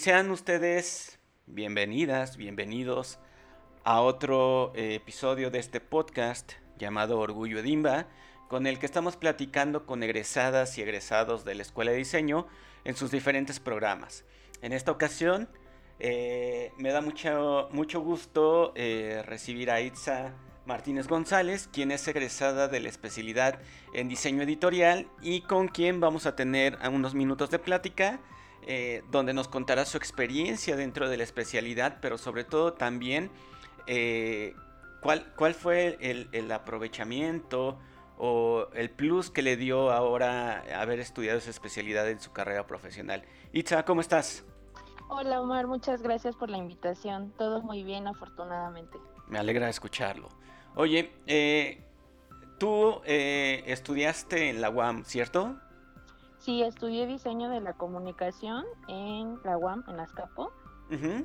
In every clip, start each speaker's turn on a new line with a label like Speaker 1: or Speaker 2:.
Speaker 1: sean ustedes bienvenidas, bienvenidos a otro episodio de este podcast llamado Orgullo Edimba, con el que estamos platicando con egresadas y egresados de la Escuela de Diseño en sus diferentes programas. En esta ocasión me da mucho gusto recibir a Itza Martínez González, quien es egresada de la especialidad en diseño editorial y con quien vamos a tener unos minutos de plática donde nos contará su experiencia dentro de la especialidad, pero sobre todo también cuál fue el aprovechamiento o el plus que le dio ahora haber estudiado esa especialidad en su carrera profesional. Itza, ¿cómo estás?
Speaker 2: Hola Omar, muchas gracias por la invitación. Todo muy bien, afortunadamente.
Speaker 1: Me alegra escucharlo. Oye, tú estudiaste en la UAM, ¿cierto?
Speaker 2: Sí, estudié diseño de la comunicación en la UAM, en Azcapo,
Speaker 1: Uh-huh,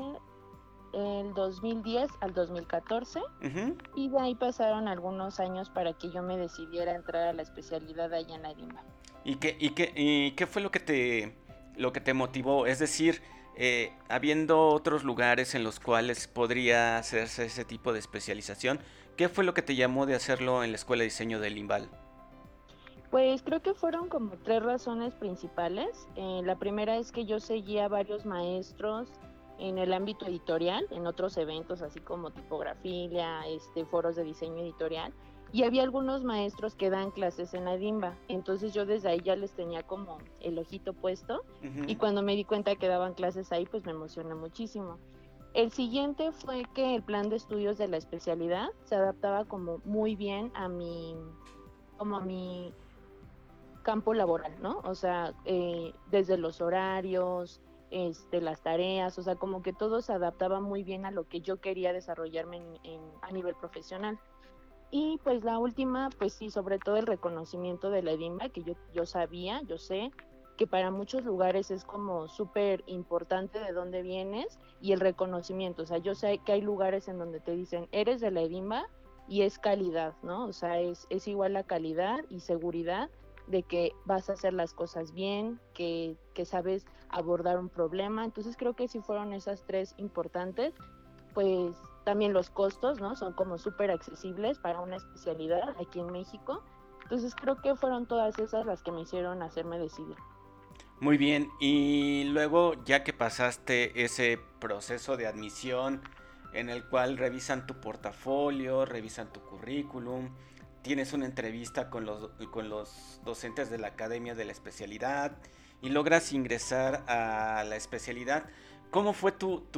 Speaker 2: del 2010 al 2014,
Speaker 1: uh-huh.
Speaker 2: y de ahí pasaron algunos años para que yo me decidiera entrar a la especialidad allá en la EDIMBA.
Speaker 1: ¿Y qué fue lo que te motivó? Es decir, habiendo otros lugares en los cuales podría hacerse ese tipo de especialización, ¿qué fue lo que te llamó de hacerlo en la Escuela de Diseño del Limbal?
Speaker 2: Pues creo que fueron como tres razones principales. La primera es que yo seguía varios maestros en el ámbito editorial, en otros eventos así como tipografía, foros de diseño editorial, y había algunos maestros que dan clases en Adimba. Entonces yo desde ahí ya les tenía como el ojito puesto, y
Speaker 1: Uh-huh.
Speaker 2: cuando me di cuenta que daban clases ahí, pues me emocioné muchísimo. El siguiente fue que el plan de estudios de la especialidad se adaptaba como muy bien como a mi campo laboral, ¿no? O sea, desde los horarios, las tareas, o sea, como que todo se adaptaba muy bien a lo que yo quería desarrollarme a nivel profesional. Y pues la última, pues sí, sobre todo el reconocimiento de la EDIMBA, que yo sé que para muchos lugares es como súper importante de dónde vienes y el reconocimiento, o sea, yo sé que hay lugares en donde te dicen, eres de la EDIMBA y es calidad, ¿no? O sea, es igual la calidad y seguridad de que vas a hacer las cosas bien, que sabes abordar un problema. Entonces creo que sí fueron esas tres importantes. Pues también los costos, ¿no? Son como súper accesibles para una especialidad aquí en México. Entonces creo que fueron todas esas las que me hicieron hacerme decidir.
Speaker 1: Muy bien, y luego ya que pasaste ese proceso de admisión en el cual revisan tu portafolio, revisan tu currículum, tienes una entrevista con los docentes de la academia de la especialidad y logras ingresar a la especialidad, ¿cómo fue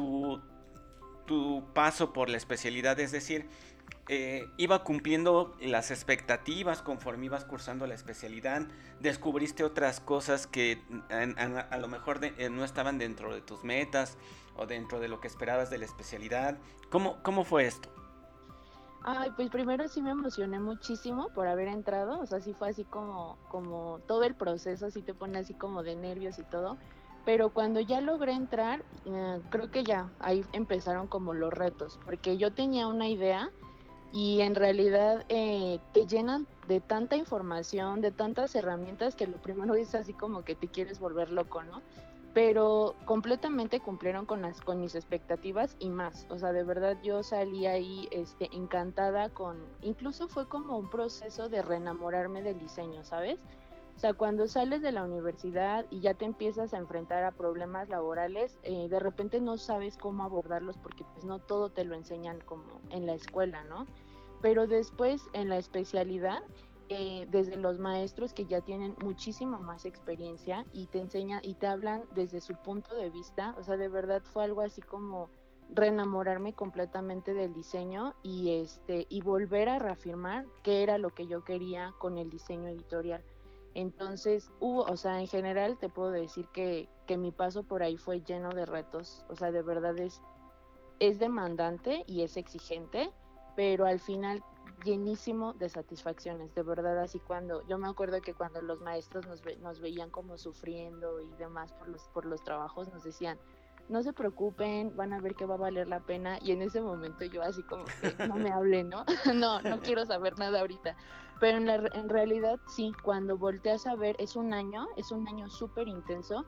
Speaker 1: tu paso por la especialidad? Es decir, iba cumpliendo las expectativas conforme ibas cursando la especialidad, descubriste otras cosas que a lo mejor no estaban dentro de tus metas o dentro de lo que esperabas de la especialidad. ¿Cómo fue esto?
Speaker 2: Ay, pues primero sí me emocioné muchísimo por haber entrado, o sea, sí fue así como todo el proceso, sí te pone así como de nervios y todo, pero cuando ya logré entrar, creo que ya ahí empezaron como los retos, porque yo tenía una idea y en realidad te llenan de tanta información, de tantas herramientas que lo primero es así como que te quieres volver loco, ¿no? Pero completamente cumplieron con mis expectativas y más, o sea, de verdad yo salí ahí encantada incluso fue como un proceso de reenamorarme del diseño, ¿sabes? O sea, cuando sales de la universidad y ya te empiezas a enfrentar a problemas laborales, de repente no sabes cómo abordarlos porque pues no todo te lo enseñan como en la escuela, ¿no? Pero después en la especialidad, desde los maestros que ya tienen muchísima más experiencia y te enseñan y te hablan desde su punto de vista, o sea, de verdad fue algo así como reenamorarme completamente del diseño y volver a reafirmar qué era lo que yo quería con el diseño editorial. Entonces, o sea, en general te puedo decir que mi paso por ahí fue lleno de retos, o sea, de verdad es demandante y es exigente, pero al final llenísimo de satisfacciones, de verdad, así cuando, yo me acuerdo que cuando los maestros nos veían como sufriendo y demás por los trabajos, nos decían, no se preocupen, van a ver que va a valer la pena, y en ese momento yo así como que no me hablen, ¿no? No quiero saber nada ahorita, pero en realidad sí, cuando volteas a ver, es un año súper intenso,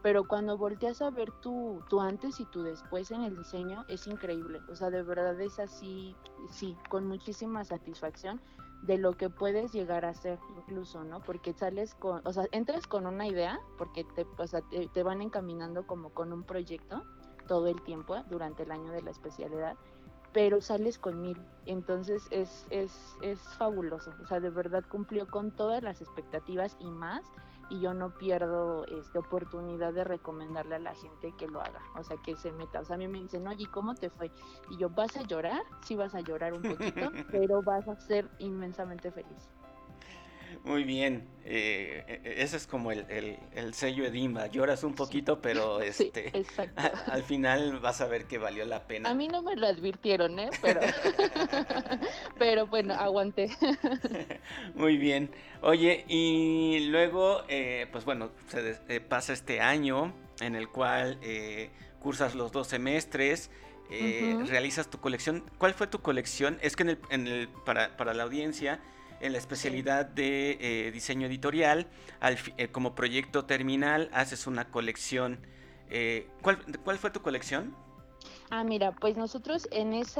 Speaker 2: pero cuando volteas a ver tu antes y tu después en el diseño es increíble, o sea, de verdad es así, sí, con muchísima satisfacción de lo que puedes llegar a ser incluso, ¿no? Porque sales con, o sea, entras con una idea, porque o sea, te van encaminando como con un proyecto todo el tiempo durante el año de la especialidad, pero sales con 1000, entonces es fabuloso, o sea, de verdad cumplió con todas las expectativas y más, y yo no pierdo oportunidad de recomendarle a la gente que lo haga, o sea, que se meta, o sea, a mí me dicen, oye, ¿cómo te fue? Y yo, ¿vas a llorar? Sí, vas a llorar un poquito, pero vas a ser inmensamente feliz.
Speaker 1: Muy bien, ese es como el sello Edimba, lloras un
Speaker 2: Sí,
Speaker 1: poquito, pero
Speaker 2: sí, exacto.
Speaker 1: al final vas a ver que valió la
Speaker 2: A
Speaker 1: pena.
Speaker 2: mí no me lo advirtieron, ¿eh? Pero, pero bueno, aguanté.
Speaker 1: Muy bien. Oye, y luego, pues bueno, pasa este año en el cual cursas los 2 semestres,
Speaker 2: Ujú.
Speaker 1: realizas tu colección. ¿Cuál fue tu colección? Es que para la audiencia, en la
Speaker 2: Sí.
Speaker 1: especialidad de diseño editorial, como proyecto terminal, haces una colección. ¿Cuál fue tu colección?
Speaker 2: Ah, mira, pues nosotros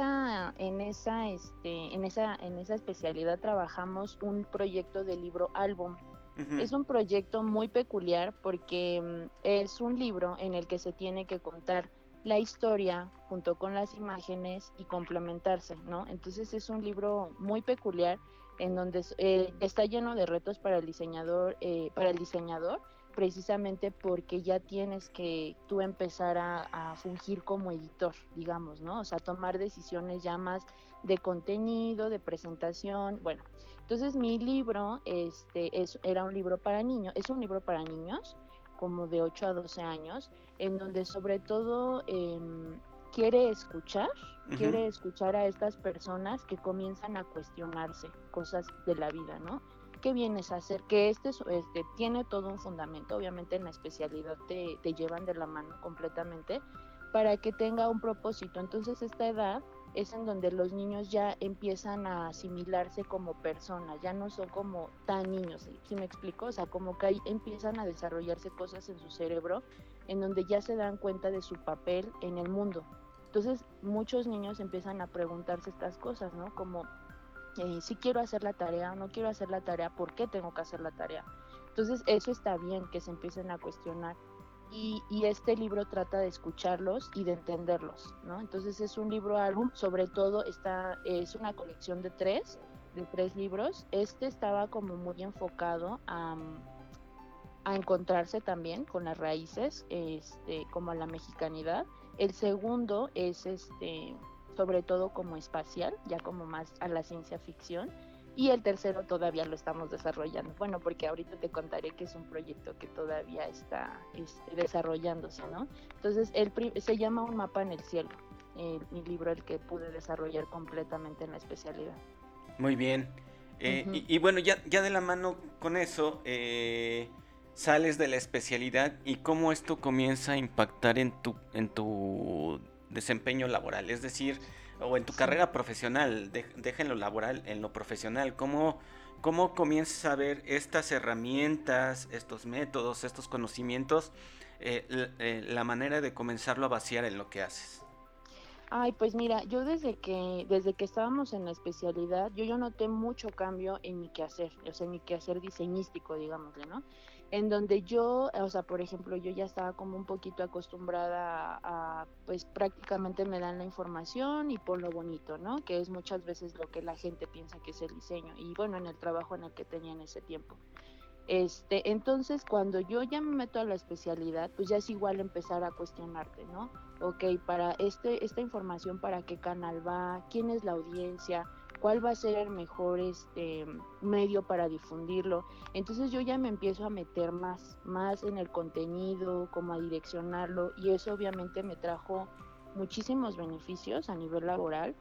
Speaker 2: en esa especialidad trabajamos un proyecto de libro álbum.
Speaker 1: Ujú.
Speaker 2: Es un proyecto muy peculiar porque es un libro en el que se tiene que contar la historia junto con las imágenes y complementarse, ¿no? Entonces es un libro muy peculiar en donde está lleno de retos para el diseñador, precisamente porque ya tienes que tú empezar a fungir como editor, digamos, ¿no? O sea, tomar decisiones ya más de contenido, de presentación, bueno. Entonces mi libro era un libro para niños, es un libro para niños como de 8 a 12 años, en donde sobre todo quiere escuchar,
Speaker 1: Ujú.
Speaker 2: quiere escuchar a estas personas que comienzan a cuestionarse cosas de la vida, ¿no? ¿Qué vienes a hacer? Que tiene todo un fundamento, obviamente en la especialidad te llevan de la mano completamente para que tenga un propósito. Entonces esta edad es en donde los niños ya empiezan a asimilarse como personas, ya no son como tan niños, ¿sí me explico? O sea, como que ahí empiezan a desarrollarse cosas en su cerebro en donde ya se dan cuenta de su papel en el mundo. Entonces, muchos niños empiezan a preguntarse estas cosas, ¿no? Como, si quiero hacer la tarea o no quiero hacer la tarea, ¿por qué tengo que hacer la tarea? Entonces, eso está bien, que se empiecen a cuestionar. Y este libro trata de escucharlos y de entenderlos, ¿no? Entonces es un libro álbum, sobre todo es una colección de tres libros. Este estaba como muy enfocado a encontrarse también con las raíces, como a la mexicanidad. El segundo es sobre todo como espacial, ya como más a la ciencia ficción. Y el tercero todavía lo estamos desarrollando. Bueno, porque ahorita te contaré que es un proyecto que todavía está desarrollándose, ¿no? Entonces, se llama Un mapa en el cielo, mi libro, el que pude desarrollar completamente en la especialidad.
Speaker 1: Muy bien.
Speaker 2: Ujú.
Speaker 1: Y bueno, ya de la mano con eso, sales de la especialidad y cómo esto comienza a impactar en tu desempeño laboral, es decir, o en tu
Speaker 2: Sí.
Speaker 1: carrera profesional, deja en lo laboral, en lo profesional, cómo comienzas a ver estas herramientas, estos métodos, estos conocimientos, la manera de comenzarlo a vaciar en lo que haces.
Speaker 2: Ay, pues mira, yo desde que estábamos en la especialidad, yo noté mucho cambio en mi quehacer, o sea, en mi quehacer diseñístico, digámosle, ¿no? En donde yo, o sea, por ejemplo, yo ya estaba como un poquito acostumbrada pues prácticamente me dan la información y por lo bonito, ¿no? Que es muchas veces lo que la gente piensa que es el diseño, y bueno, en el trabajo en el que tenía en ese tiempo. Entonces, cuando yo ya me meto a la especialidad, pues ya es igual empezar a cuestionarte, ¿no? Ok, para esta información, ¿para qué canal va? ¿Quién es la audiencia? ¿Cuál va a ser el mejor medio para difundirlo? Entonces yo ya me empiezo a meter más en el contenido, como a direccionarlo, y eso obviamente me trajo muchísimos beneficios a nivel laboral,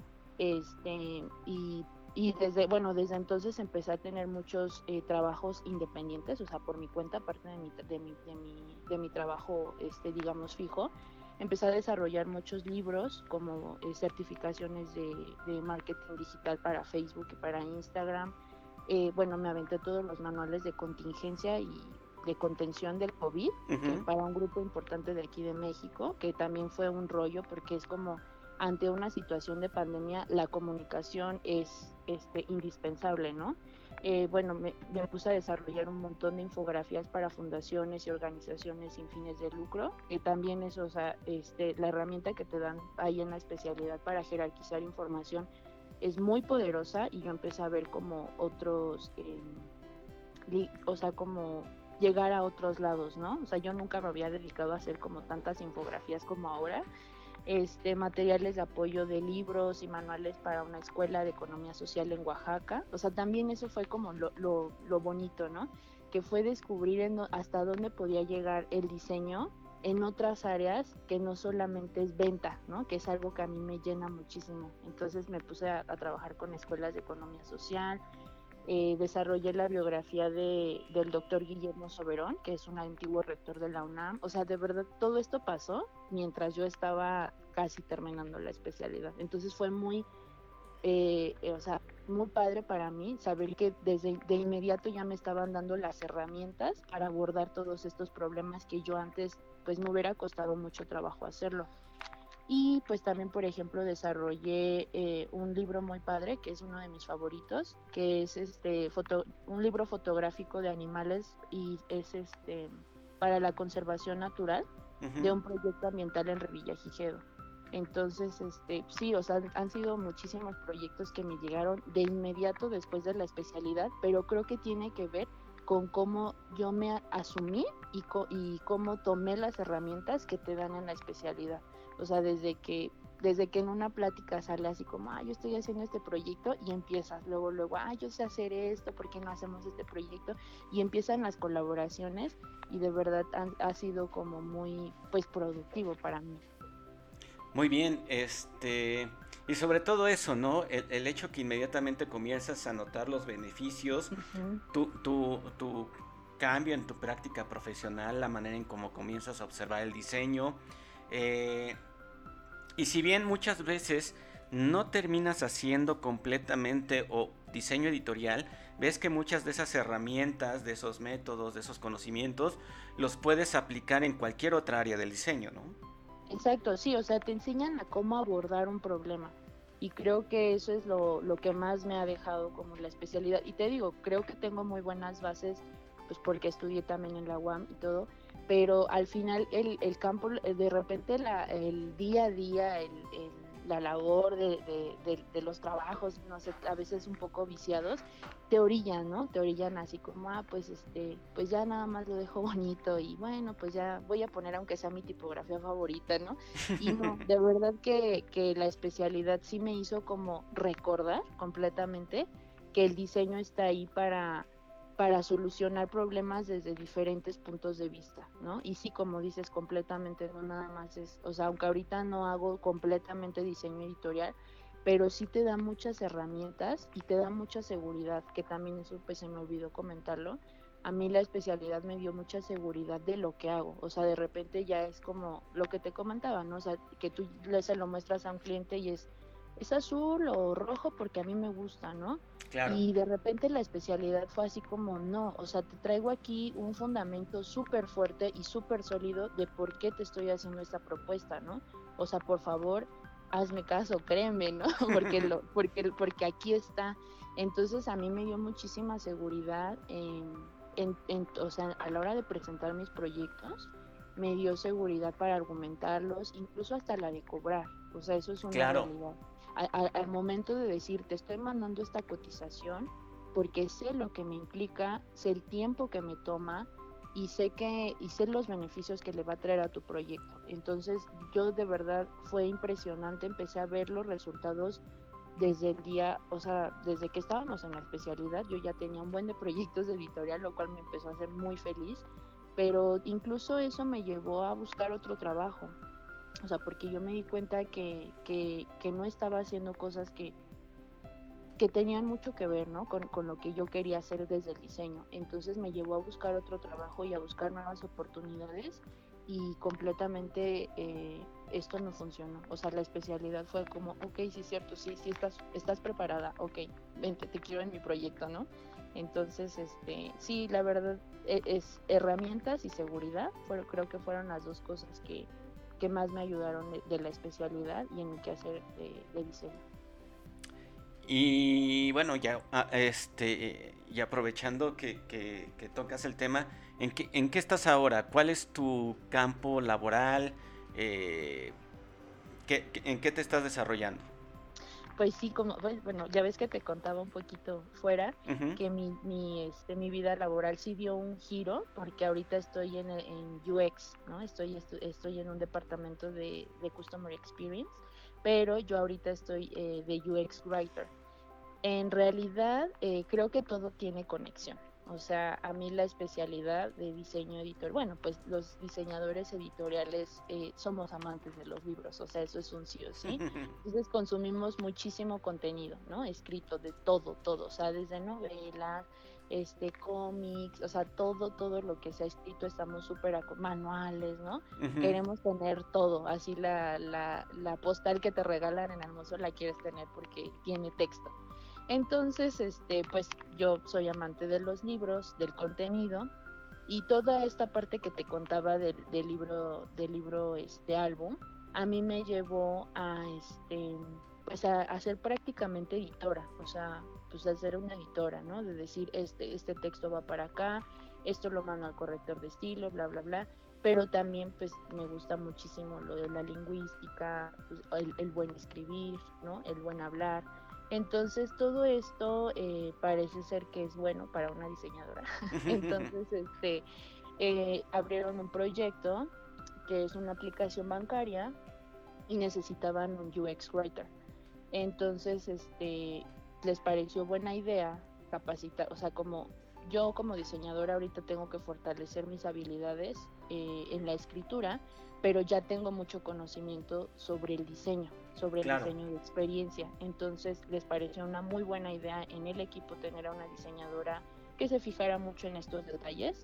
Speaker 2: y desde entonces empecé a tener muchos trabajos independientes, o sea, por mi cuenta, aparte de mi trabajo, digamos, fijo. Empecé a desarrollar muchos libros como certificaciones de marketing digital para Facebook y para Instagram. Bueno, me aventé todos los manuales de contingencia y de contención del COVID, que
Speaker 1: Ujú.
Speaker 2: para un grupo importante de aquí de México, que también fue un rollo porque es como ante una situación de pandemia la comunicación es indispensable, ¿no? Bueno, me puse a desarrollar un montón de infografías para fundaciones y organizaciones sin fines de lucro, que también es, o sea, la herramienta que te dan ahí en la especialidad para jerarquizar información es muy poderosa, y yo empecé a ver como otros, o sea, como llegar a otros lados, ¿no? O sea, yo nunca me había dedicado a hacer como tantas infografías como ahora, materiales de apoyo de libros y manuales para una escuela de economía social en Oaxaca. O sea, también eso fue como lo bonito, ¿no? Que fue descubrir hasta dónde podía llegar el diseño en otras áreas que no solamente es venta, ¿no? Que es algo que a mí me llena muchísimo. Entonces me puse a trabajar con escuelas de economía social. Desarrollé la biografía del doctor Guillermo Soberón, que es un antiguo rector de la UNAM. O sea, de verdad, todo esto pasó mientras yo estaba casi terminando la especialidad. Entonces fue muy, o sea, muy padre para mí saber que desde de inmediato ya me estaban dando las herramientas para abordar todos estos problemas que yo antes, pues me hubiera costado mucho trabajo hacerlo. Y pues también, por ejemplo, desarrollé un libro muy padre, que es uno de mis favoritos, que es un libro fotográfico de animales, y es para la conservación natural de
Speaker 1: Ujú.
Speaker 2: un proyecto ambiental en Revillagigedo. Entonces, sí, o sea, han sido muchísimos proyectos que me llegaron de inmediato después de la especialidad, pero creo que tiene que ver con cómo yo me asumí y cómo tomé las herramientas que te dan en la especialidad. O sea, desde que en una plática sale así como, yo estoy haciendo este proyecto, y empiezas luego, yo sé hacer esto, ¿por qué no hacemos este proyecto? Y empiezan las colaboraciones, y de verdad ha sido como muy, pues, productivo para mí.
Speaker 1: Muy bien, y sobre todo eso, ¿no? El hecho que inmediatamente comienzas a notar los beneficios,
Speaker 2: Ujú.
Speaker 1: tu cambio en tu práctica profesional, la manera en cómo comienzas a observar el diseño. eh, y si bien muchas veces no terminas haciendo completamente o diseño editorial, ves que muchas de esas herramientas, de esos métodos, de esos conocimientos, los puedes aplicar en cualquier otra área del diseño, ¿no?
Speaker 2: Exacto, sí, o sea, te enseñan a cómo abordar un problema. Y creo que eso es lo que más me ha dejado como la especialidad. Y te digo, creo que tengo muy buenas bases, pues porque estudié también en la UAM y todo, pero al final el campo, de repente el día a día, la labor de los trabajos, no sé, a veces un poco viciados, te orillan, ¿no? Te orillan así como, pues pues ya nada más lo dejo bonito, y bueno, pues ya voy a poner aunque sea mi tipografía favorita, ¿no? Y no, de verdad que la especialidad sí me hizo como recordar completamente que el diseño está ahí para solucionar problemas desde diferentes puntos de vista, ¿no? Y sí, como dices, completamente, no nada más o sea, aunque ahorita no hago completamente diseño editorial, pero sí te da muchas herramientas y te da mucha seguridad, que también eso pues se me olvidó comentarlo. A mí la especialidad me dio mucha seguridad de lo que hago. O sea, de repente ya es como lo que te comentaba, ¿no? O sea, que tú se lo muestras a un cliente y es azul o rojo porque a mí me gusta, ¿no?
Speaker 1: Claro.
Speaker 2: Y de repente la especialidad fue así como, no, o sea, te traigo aquí un fundamento súper fuerte y súper sólido de por qué te estoy haciendo esta propuesta, ¿no? O sea, por favor, hazme caso, créeme, ¿no? Porque aquí está. Entonces a mí me dio muchísima seguridad o sea, a la hora de presentar mis proyectos, me dio seguridad para argumentarlos, incluso hasta la de cobrar. O sea, eso es una
Speaker 1: Claro.
Speaker 2: realidad. Al momento de decir, te estoy mandando esta cotización porque sé lo que me implica, sé el tiempo que me toma, y sé los beneficios que le va a traer a tu proyecto. Entonces, yo de verdad fue impresionante, empecé a ver los resultados desde el día, o sea, desde que estábamos en la especialidad. Yo ya tenía un buen de proyectos de editorial, lo cual me empezó a hacer muy feliz, pero incluso eso me llevó a buscar otro trabajo. O sea, porque yo me di cuenta que no estaba haciendo cosas que tenían mucho que ver, ¿no? Con lo que yo quería hacer desde el diseño. Entonces me llevó a buscar otro trabajo y a buscar nuevas oportunidades, y completamente, esto no funcionó. O sea, la especialidad fue como, ok, sí es cierto, sí, sí estás preparada, ok, vente, te quiero en mi proyecto, ¿no? Entonces, sí, la verdad, es herramientas y seguridad, creo que fueron las dos cosas que más me ayudaron de la especialidad y en mi quehacer de diseño.
Speaker 1: Y bueno, ya y aprovechando que tocas el tema, ¿en qué estás ahora? ¿Cuál es tu campo laboral? Eh, ¿En qué te estás desarrollando?
Speaker 2: Pues sí, como, pues, bueno, ya ves que te contaba un poquito fuera
Speaker 1: Ujú.
Speaker 2: que mi vida laboral sí dio un giro, porque ahorita estoy en UX, ¿no? Estoy en un departamento de Customer Experience, pero yo ahorita estoy de UX Writer. En realidad, creo que todo tiene conexión. O sea, a mí la especialidad de diseño editorial, bueno, pues los diseñadores editoriales somos amantes de los libros, o sea, eso es un sí o sí. Entonces consumimos muchísimo contenido, ¿no? Escrito de todo, todo, o sea, desde novelas, cómics, o sea, todo lo que se ha escrito, estamos manuales, ¿no?
Speaker 1: Ujú.
Speaker 2: Queremos tener todo, así la postal que te regalan en almuerzo la quieres tener porque tiene texto. Entonces, pues yo soy amante de los libros, del contenido y toda esta parte que te contaba del libro, álbum, a mí me llevó pues a ser prácticamente editora, o sea, pues a ser una editora, ¿no? De decir, este texto va para acá, esto lo mando al corrector de estilo, bla, bla, bla, pero también pues me gusta muchísimo lo de la lingüística, pues, el buen escribir, ¿no? El buen hablar. Entonces todo esto parece ser que es bueno para una diseñadora. Entonces, abrieron un proyecto que es una aplicación bancaria y necesitaban un UX writer. Entonces, les pareció buena idea capacitar, o sea, como yo como diseñadora ahorita tengo que fortalecer mis habilidades en la escritura, pero ya tengo mucho conocimiento sobre el
Speaker 1: Claro.
Speaker 2: diseño de experiencia. Entonces, les pareció una muy buena idea en el equipo tener a una diseñadora que se fijara mucho en estos detalles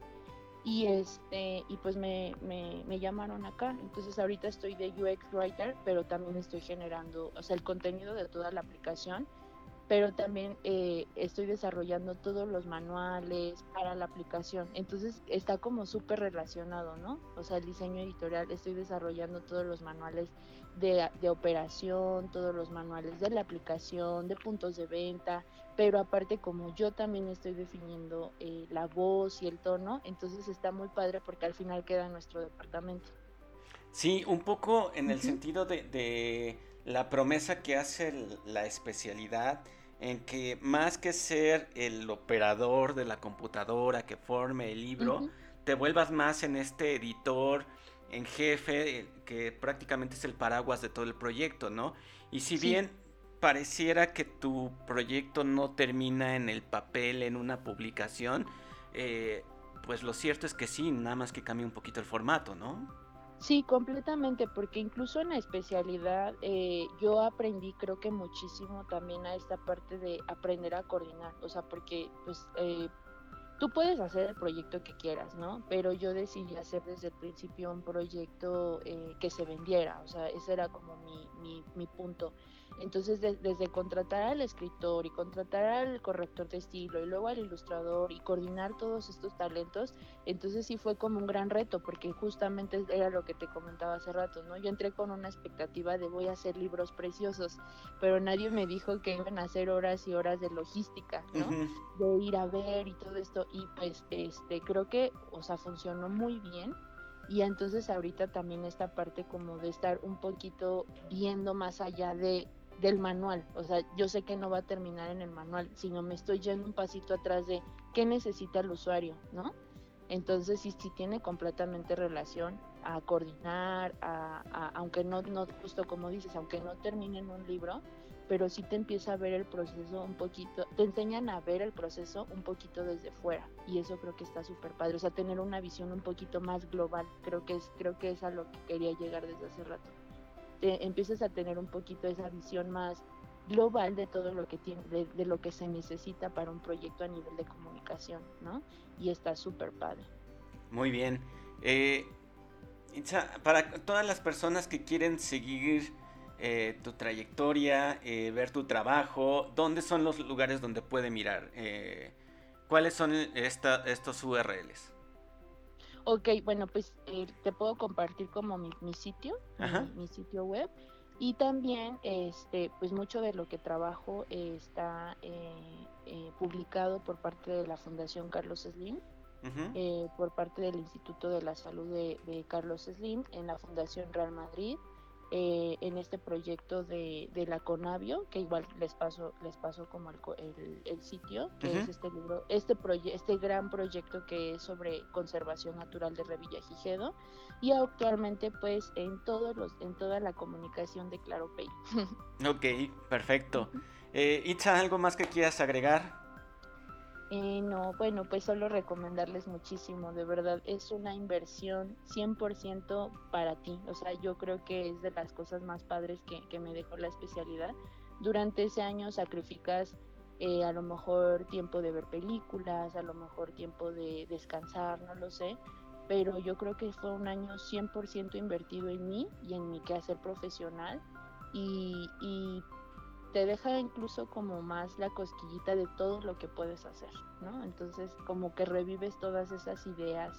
Speaker 2: y pues me llamaron acá. Entonces ahorita estoy de UX Writer, pero también estoy generando, o sea, el contenido de toda la aplicación, pero también estoy desarrollando todos los manuales para la aplicación. Entonces está como súper relacionado, ¿no? O sea, el diseño editorial, estoy desarrollando todos los manuales de operación, todos los manuales de la aplicación, de puntos de venta, pero aparte como yo también estoy definiendo la voz y el tono, entonces está muy padre porque al final queda nuestro departamento.
Speaker 1: Sí, un poco en el
Speaker 2: Ujú,
Speaker 1: sentido de la promesa que hace la especialidad en que más que ser el operador de la computadora que forme el libro,
Speaker 2: ujú.
Speaker 1: te vuelvas más en este editor en jefe que prácticamente es el paraguas de todo el proyecto, ¿no? Y si
Speaker 2: Sí,
Speaker 1: bien pareciera que tu proyecto no termina en el papel, en una publicación, eh, pues lo cierto es que sí, nada más que cambia un poquito el formato, ¿no?
Speaker 2: sí, completamente, porque incluso en la especialidad yo aprendí creo que muchísimo también a esta parte de aprender a coordinar, o sea, porque pues tú puedes hacer el proyecto que quieras, ¿no? Pero yo decidí hacer desde el principio un proyecto que se vendiera, o sea, ese era como mi punto. Entonces, desde contratar al escritor y contratar al corrector de estilo y luego al ilustrador y coordinar todos estos talentos, entonces sí fue como un gran reto, porque justamente era lo que te comentaba hace rato, ¿no? Yo entré con una expectativa de voy a hacer libros preciosos, pero nadie me dijo que iban a hacer horas y horas de logística, ¿no?
Speaker 1: Ujú.
Speaker 2: De ir a ver y todo esto y pues creo que, o sea, funcionó muy bien y entonces ahorita también esta parte como de estar un poquito viendo más allá del manual, o sea, yo sé que no va a terminar en el manual, sino me estoy yendo un pasito atrás de qué necesita el usuario, ¿no? Entonces sí tiene completamente relación a coordinar, aunque no, justo como dices, aunque no termine en un libro, pero sí te empieza a ver el proceso un poquito, te enseñan a ver el proceso un poquito desde fuera y eso creo que está súper padre, o sea, tener una visión un poquito más global, creo que es a lo que quería llegar desde hace rato. Te empiezas a tener un poquito esa visión más global de todo lo que tiene, de lo que se necesita para un proyecto a nivel de comunicación, ¿no? Y está súper padre.
Speaker 1: Muy bien. Eh, Itza, para todas las personas que quieren seguir tu trayectoria, ver tu trabajo, ¿dónde son los lugares donde puede mirar? ¿Cuáles son estos URLs?
Speaker 2: Ok, bueno, pues te puedo compartir como mi sitio,
Speaker 1: Ajá.
Speaker 2: mi sitio web. Y también, pues mucho de lo que trabajo está publicado por parte de la Fundación Carlos Slim,
Speaker 1: Uh-huh.
Speaker 2: por parte del Instituto de la Salud de Carlos Slim, en la Fundación Real Madrid, en este proyecto de la Conavio, que igual les paso como el sitio, que
Speaker 1: Uh-huh.
Speaker 2: es este libro, este gran proyecto que es sobre conservación natural de Revillagigedo, y actualmente pues en toda la comunicación de Claropay.
Speaker 1: Ok, perfecto. Itza, ¿algo más que quieras agregar?
Speaker 2: No, bueno, pues solo recomendarles muchísimo, de verdad, es una inversión 100% para ti, o sea, yo creo que es de las cosas más padres que me dejó la especialidad. Durante ese año sacrificas a lo mejor tiempo de ver películas, a lo mejor tiempo de descansar, no lo sé, pero yo creo que fue un año 100% invertido en mí y en mi quehacer profesional y te deja incluso como más la cosquillita de todo lo que puedes hacer, ¿no? Entonces como que revives todas esas ideas,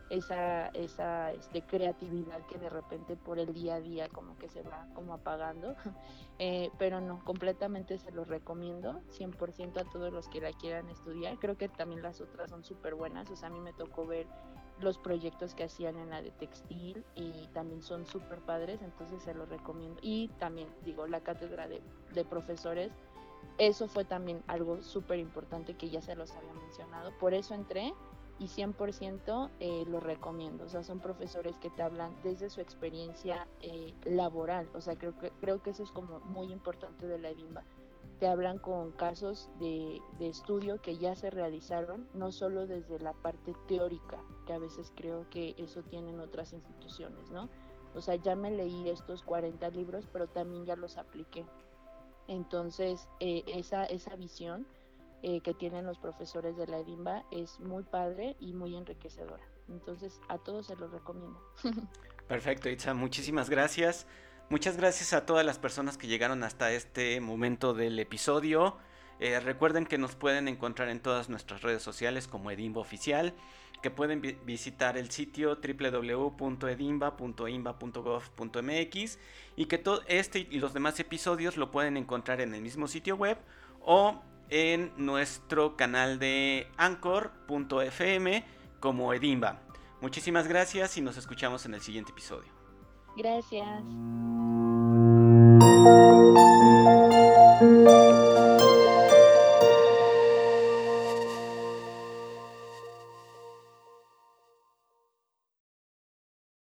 Speaker 2: esa creatividad que de repente por el día a día como que se va como apagando, pero no, completamente se los recomiendo, 100% a todos los que la quieran estudiar. Creo que también las otras son súper buenas, o sea, a mí me tocó ver los proyectos que hacían en la de textil y también son súper padres, entonces se los recomiendo. Y también, digo, la cátedra de profesores, eso fue también algo súper importante que ya se los había mencionado, por eso entré y 100% lo recomiendo, o sea, son profesores que te hablan desde su experiencia laboral, o sea, creo que eso es como muy importante de la EDIMBA, te hablan con casos de estudio que ya se realizaron, no solo desde la parte teórica, que a veces creo que eso tienen otras instituciones, ¿no? O sea, ya me leí estos 40 libros, pero también ya los apliqué. Entonces, esa visión que tienen los profesores de la EDIMBA es muy padre y muy enriquecedora. Entonces, a todos se los recomiendo.
Speaker 1: Perfecto, Itza, muchísimas gracias. Muchas gracias a todas las personas que llegaron hasta este momento del episodio. Recuerden que nos pueden encontrar en todas nuestras redes sociales como Edimba Oficial, que pueden visitar el sitio www.edimba.imba.gov.mx y que todo este y los demás episodios lo pueden encontrar en el mismo sitio web o en nuestro canal de anchor.fm como Edimba. Muchísimas gracias y nos escuchamos en el siguiente episodio.
Speaker 2: Gracias.